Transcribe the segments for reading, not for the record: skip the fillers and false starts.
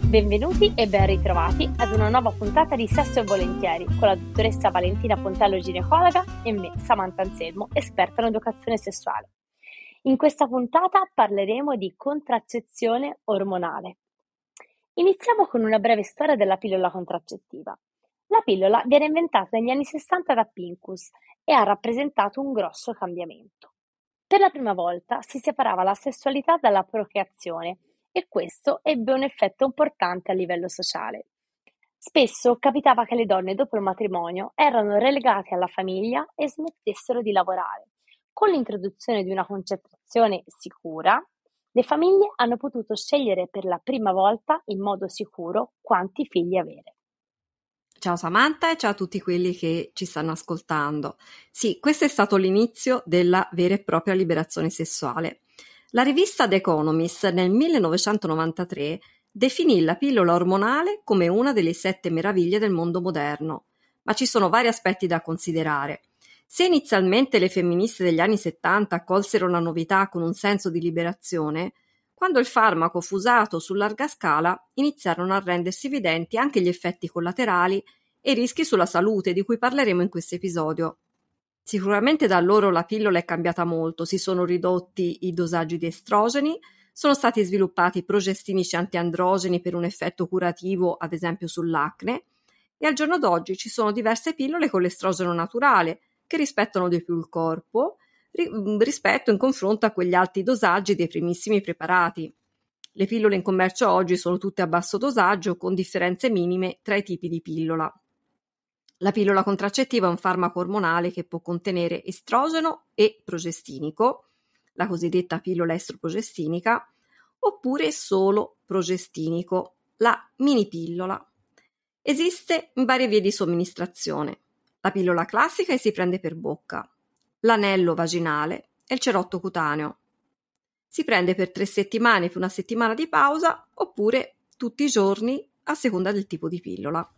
Benvenuti e ben ritrovati ad una nuova puntata di Sesso e Volentieri con la dottoressa Valentina Pontello, ginecologa, e me, Samantha Anselmo, esperta in educazione sessuale. In questa puntata parleremo di contraccezione ormonale. Iniziamo con una breve storia della pillola contraccettiva. La pillola viene inventata negli anni 60 da Pincus e ha rappresentato un grosso cambiamento. Per la prima volta si separava la sessualità dalla procreazione e questo ebbe un effetto importante a livello sociale. Spesso capitava che le donne dopo il matrimonio erano relegate alla famiglia e smettessero di lavorare. Con l'introduzione di una concezione sicura, le famiglie hanno potuto scegliere per la prima volta in modo sicuro quanti figli avere. Ciao Samantha e ciao a tutti quelli che ci stanno ascoltando. Sì, questo è stato l'inizio della vera e propria liberazione sessuale. La rivista The Economist nel 1993 definì la pillola ormonale come una delle 7 meraviglie del mondo moderno, ma ci sono vari aspetti da considerare. Se inizialmente le femministe degli anni 70 accolsero la novità con un senso di liberazione, quando il farmaco fu usato su larga scala, iniziarono a rendersi evidenti anche gli effetti collaterali e i rischi sulla salute di cui parleremo in questo episodio. Sicuramente da allora la pillola è cambiata molto, si sono ridotti i dosaggi di estrogeni, sono stati sviluppati progestinici antiandrogeni per un effetto curativo, ad esempio sull'acne, e al giorno d'oggi ci sono diverse pillole con l'estrogeno naturale che rispettano di più il corpo, rispetto in confronto a quegli alti dosaggi dei primissimi preparati. Le pillole in commercio oggi sono tutte a basso dosaggio con differenze minime tra i tipi di pillola. La pillola contraccettiva è un farmaco ormonale che può contenere estrogeno e progestinico, la cosiddetta pillola estroprogestinica, oppure solo progestinico, la mini pillola. Esiste in varie vie di somministrazione. La pillola classica si prende per bocca, l'anello vaginale e il cerotto cutaneo. Si prende per 3 settimane più una settimana di pausa oppure tutti i giorni a seconda del tipo di pillola.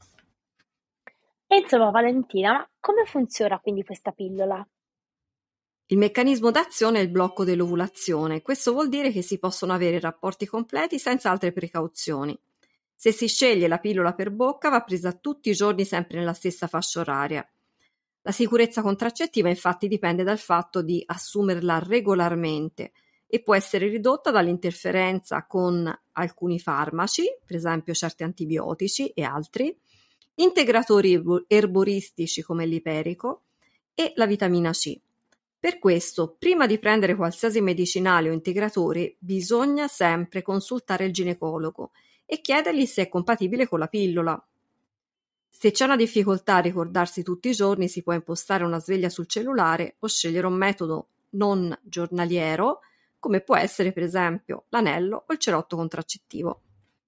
E insomma, Valentina, ma come funziona quindi questa pillola? Il meccanismo d'azione è il blocco dell'ovulazione. Questo vuol dire che si possono avere rapporti completi senza altre precauzioni. Se si sceglie la pillola per bocca va presa tutti i giorni sempre nella stessa fascia oraria. La sicurezza contraccettiva infatti dipende dal fatto di assumerla regolarmente e può essere ridotta dall'interferenza con alcuni farmaci, per esempio certi antibiotici e altri, integratori erboristici come l'iperico e la vitamina C. Per questo, prima di prendere qualsiasi medicinale o integratore, bisogna sempre consultare il ginecologo e chiedergli se è compatibile con la pillola. Se c'è una difficoltà a ricordarsi tutti i giorni, si può impostare una sveglia sul cellulare o scegliere un metodo non giornaliero, come può essere per esempio l'anello o il cerotto contraccettivo.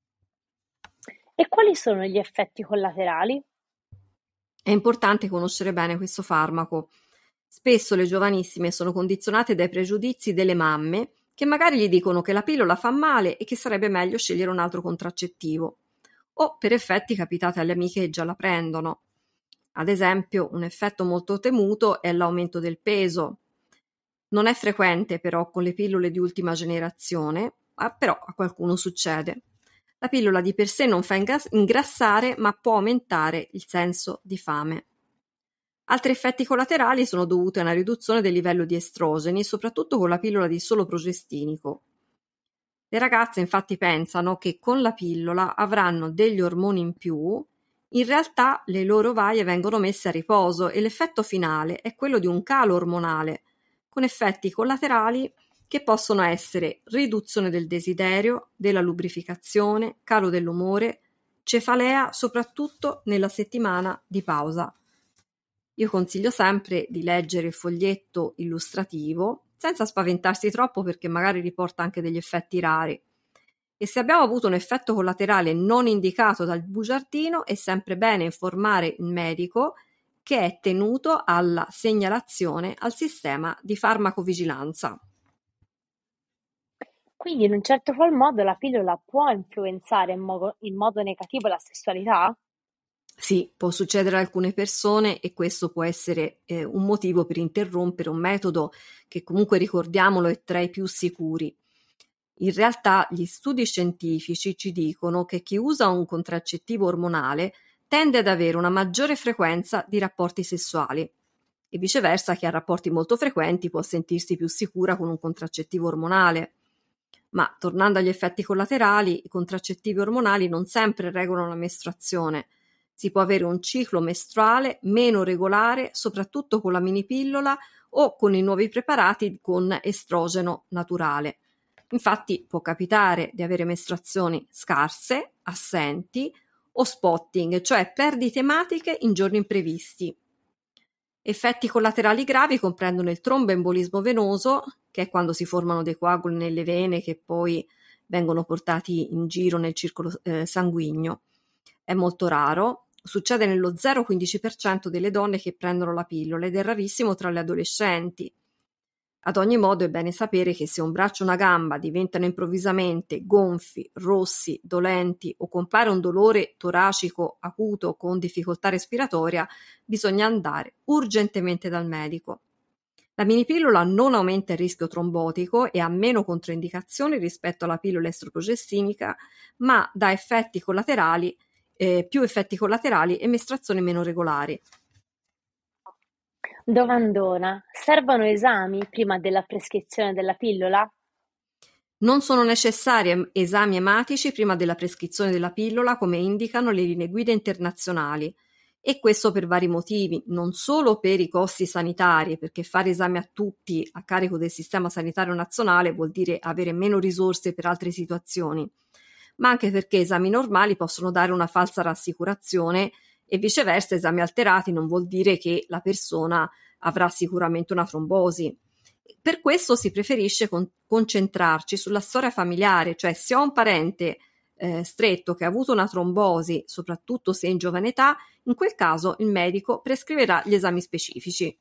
E quali sono gli effetti collaterali? È importante conoscere bene questo farmaco. Spesso le giovanissime sono condizionate dai pregiudizi delle mamme che magari gli dicono che la pillola fa male e che sarebbe meglio scegliere un altro contraccettivo, o per effetti capitati alle amiche che già la prendono. Ad esempio, un effetto molto temuto è l'aumento del peso. Non è frequente però con le pillole di ultima generazione, però a qualcuno succede. La pillola di per sé non fa ingrassare, ma può aumentare il senso di fame. Altri effetti collaterali sono dovuti a una riduzione del livello di estrogeni, soprattutto con la pillola di solo progestinico. Le ragazze infatti pensano che con la pillola avranno degli ormoni in più, in realtà le loro ovaie vengono messe a riposo e l'effetto finale è quello di un calo ormonale, con effetti collaterali che possono essere riduzione del desiderio, della lubrificazione, calo dell'umore, cefalea soprattutto nella settimana di pausa. Io consiglio sempre di leggere il foglietto illustrativo senza spaventarsi troppo perché magari riporta anche degli effetti rari. E se abbiamo avuto un effetto collaterale non indicato dal bugiardino è sempre bene informare il medico che è tenuto alla segnalazione al sistema di farmacovigilanza. Quindi in un certo qual modo la pillola può influenzare in modo negativo la sessualità? Sì, può succedere a alcune persone e questo può essere un motivo per interrompere un metodo che comunque ricordiamolo è tra i più sicuri. In realtà gli studi scientifici ci dicono che chi usa un contraccettivo ormonale tende ad avere una maggiore frequenza di rapporti sessuali e viceversa chi ha rapporti molto frequenti può sentirsi più sicura con un contraccettivo ormonale. Ma tornando agli effetti collaterali, i contraccettivi ormonali non sempre regolano la mestruazione. Si può avere un ciclo mestruale meno regolare, soprattutto con la minipillola o con i nuovi preparati con estrogeno naturale. Infatti può capitare di avere mestruazioni scarse, assenti o spotting, cioè perdite ematiche in giorni imprevisti. Effetti collaterali gravi comprendono il tromboembolismo venoso, che è quando si formano dei coaguli nelle vene che poi vengono portati in giro nel circolo sanguigno. È molto raro, succede nello 0,15% delle donne che prendono la pillola ed è rarissimo tra le adolescenti. Ad ogni modo è bene sapere che se un braccio o una gamba diventano improvvisamente gonfi, rossi, dolenti o compare un dolore toracico acuto con difficoltà respiratoria, bisogna andare urgentemente dal medico. La minipillola non aumenta il rischio trombotico e ha meno controindicazioni rispetto alla pillola estroprogestinica, ma dà effetti collaterali, più effetti collaterali e mestruazioni meno regolari. Domandona: servono esami prima della prescrizione della pillola? Non sono necessari esami ematici prima della prescrizione della pillola, come indicano le linee guida internazionali, e questo per vari motivi, non solo per i costi sanitari, perché fare esami a tutti a carico del sistema sanitario nazionale vuol dire avere meno risorse per altre situazioni, ma anche perché esami normali possono dare una falsa rassicurazione e viceversa esami alterati non vuol dire che la persona avrà sicuramente una trombosi. Per questo si preferisce concentrarci sulla storia familiare, cioè se ho un parente stretto che ha avuto una trombosi, soprattutto se in giovane età, in quel caso il medico prescriverà gli esami specifici.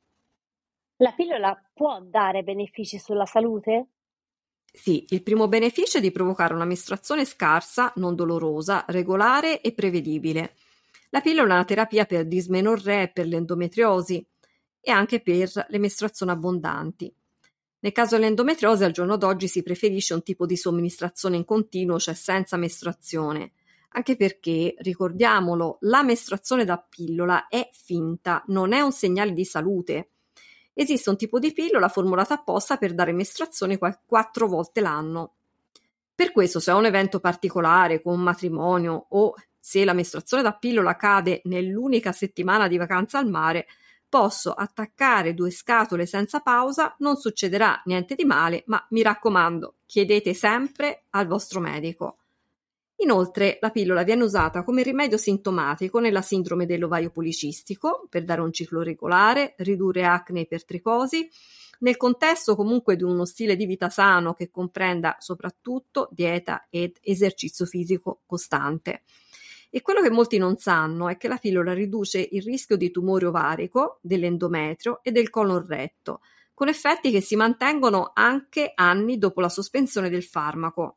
La pillola può dare benefici sulla salute? Sì, il primo beneficio è di provocare una mestruazione scarsa, non dolorosa, regolare e prevedibile. La pillola è una terapia per dismenorrea e per l'endometriosi e anche per le mestruazioni abbondanti. Nel caso dell'endometriosi, al giorno d'oggi si preferisce un tipo di somministrazione in continuo, cioè senza mestruazione, anche perché, ricordiamolo, la mestruazione da pillola è finta, non è un segnale di salute. Esiste un tipo di pillola formulata apposta per dare mestruazione 4 volte l'anno. Per questo, se ho un evento particolare, come un matrimonio, o se la mestruazione da pillola cade nell'unica settimana di vacanza al mare, posso attaccare 2 scatole senza pausa, non succederà niente di male, ma mi raccomando, chiedete sempre al vostro medico. Inoltre, la pillola viene usata come rimedio sintomatico nella sindrome dell'ovaio policistico, per dare un ciclo regolare, ridurre acne e ipertricosi, nel contesto comunque di uno stile di vita sano che comprenda soprattutto dieta ed esercizio fisico costante. E quello che molti non sanno è che la pillola riduce il rischio di tumore ovarico, dell'endometrio e del colon retto, con effetti che si mantengono anche anni dopo la sospensione del farmaco.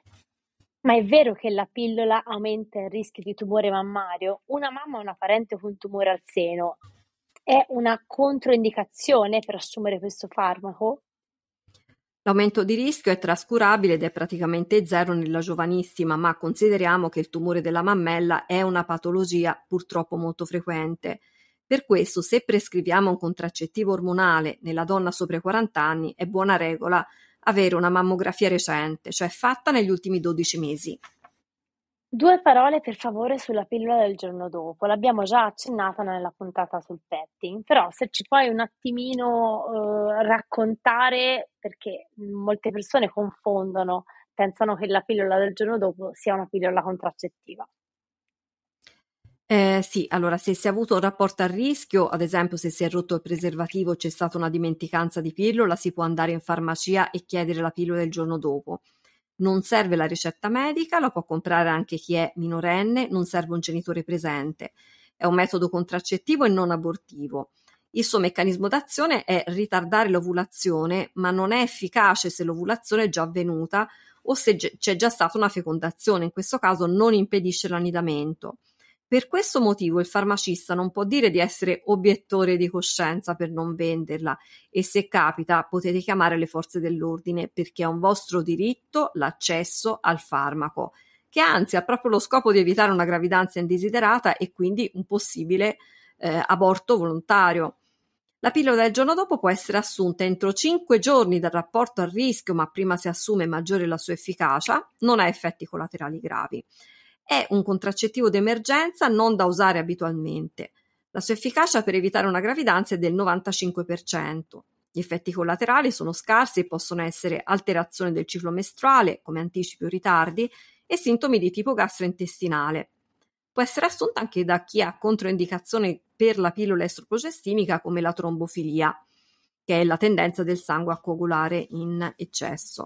Ma è vero che la pillola aumenta il rischio di tumore mammario? Una mamma ha una parente con tumore al seno. È una controindicazione per assumere questo farmaco? L'aumento di rischio è trascurabile ed è praticamente zero nella giovanissima, ma consideriamo che il tumore della mammella è una patologia purtroppo molto frequente. Per questo, se prescriviamo un contraccettivo ormonale nella donna sopra i 40 anni, è buona regola avere una mammografia recente, cioè fatta negli ultimi 12 mesi. 2 parole per favore sulla pillola del giorno dopo. L'abbiamo già accennata nella puntata sul petting, però se ci puoi un attimino raccontare, perché molte persone confondono, pensano che la pillola del giorno dopo sia una pillola contraccettiva. Sì, allora se si è avuto un rapporto a rischio, ad esempio se si è rotto il preservativo o c'è stata una dimenticanza di pillola, si può andare in farmacia e chiedere la pillola il giorno dopo. Non serve la ricetta medica, la può comprare anche chi è minorenne, non serve un genitore presente. È un metodo contraccettivo e non abortivo. Il suo meccanismo d'azione è ritardare l'ovulazione, ma non è efficace se l'ovulazione è già avvenuta o se c'è già stata una fecondazione. In questo caso non impedisce l'annidamento. Per questo motivo il farmacista non può dire di essere obiettore di coscienza per non venderla, e se capita potete chiamare le forze dell'ordine, perché è un vostro diritto l'accesso al farmaco, che anzi ha proprio lo scopo di evitare una gravidanza indesiderata e quindi un possibile aborto volontario. La pillola del giorno dopo può essere assunta entro 5 giorni dal rapporto a rischio, ma prima si assume maggiore la sua efficacia, non ha effetti collaterali gravi. È un contraccettivo d'emergenza non da usare abitualmente. La sua efficacia per evitare una gravidanza è del 95%. Gli effetti collaterali sono scarsi e possono essere alterazione del ciclo mestruale, come anticipi o ritardi, e sintomi di tipo gastrointestinale. Può essere assunta anche da chi ha controindicazioni per la pillola estroprogestinica, come la trombofilia, che è la tendenza del sangue a coagulare in eccesso.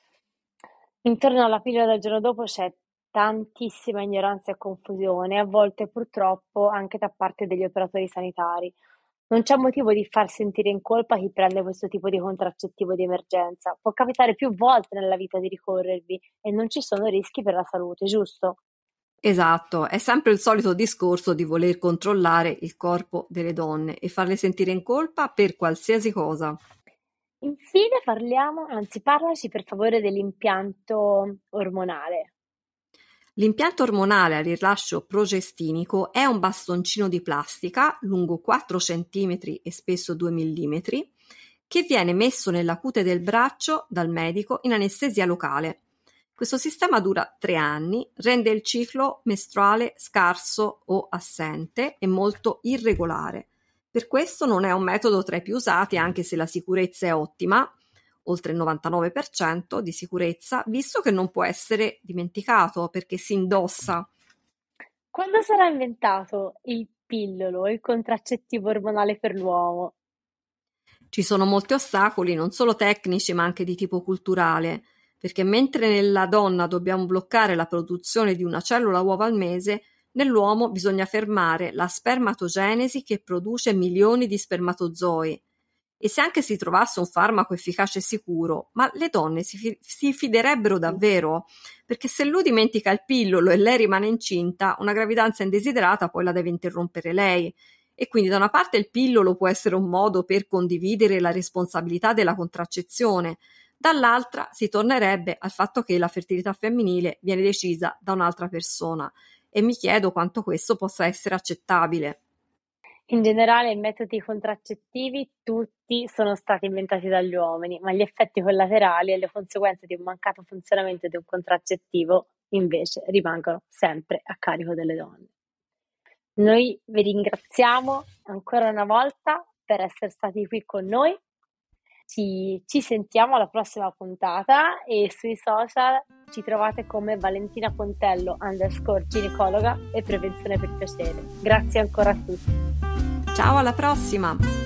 Intorno alla pillola del giorno dopo c'è tantissima ignoranza e confusione, a volte purtroppo anche da parte degli operatori sanitari. Non c'è motivo di far sentire in colpa chi prende questo tipo di contraccettivo di emergenza. Può capitare più volte nella vita di ricorrervi e non ci sono rischi per la salute, giusto? Esatto, è sempre il solito discorso di voler controllare il corpo delle donne e farle sentire in colpa per qualsiasi cosa. Infine parlaci per favore dell'impianto ormonale. L'impianto ormonale a rilascio progestinico è un bastoncino di plastica lungo 4 cm e spesso 2 mm che viene messo nella cute del braccio dal medico in anestesia locale. Questo sistema dura 3 anni, rende il ciclo mestruale scarso o assente e molto irregolare. Per questo non è un metodo tra i più usati, anche se la sicurezza è ottima, oltre il 99% di sicurezza, visto che non può essere dimenticato perché si indossa. Quando sarà inventato il pillolo, il contraccettivo ormonale per l'uomo? Ci sono molti ostacoli, non solo tecnici ma anche di tipo culturale, perché mentre nella donna dobbiamo bloccare la produzione di una cellula uova al mese, nell'uomo bisogna fermare la spermatogenesi che produce milioni di spermatozoi. E se anche si trovasse un farmaco efficace e sicuro, ma le donne si fiderebbero davvero? Perché se lui dimentica il pillolo e lei rimane incinta, una gravidanza indesiderata poi la deve interrompere lei. E quindi da una parte il pillolo può essere un modo per condividere la responsabilità della contraccezione, dall'altra si tornerebbe al fatto che la fertilità femminile viene decisa da un'altra persona, e mi chiedo quanto questo possa essere accettabile. In generale, i metodi contraccettivi tutti sono stati inventati dagli uomini, ma gli effetti collaterali e le conseguenze di un mancato funzionamento di un contraccettivo invece rimangono sempre a carico delle donne. Noi vi ringraziamo ancora una volta per essere stati qui con noi. Ci sentiamo alla prossima puntata e sui social ci trovate come Valentina Pontello _ginecologa e prevenzione per piacere. Grazie ancora a tutti. Ciao, alla prossima!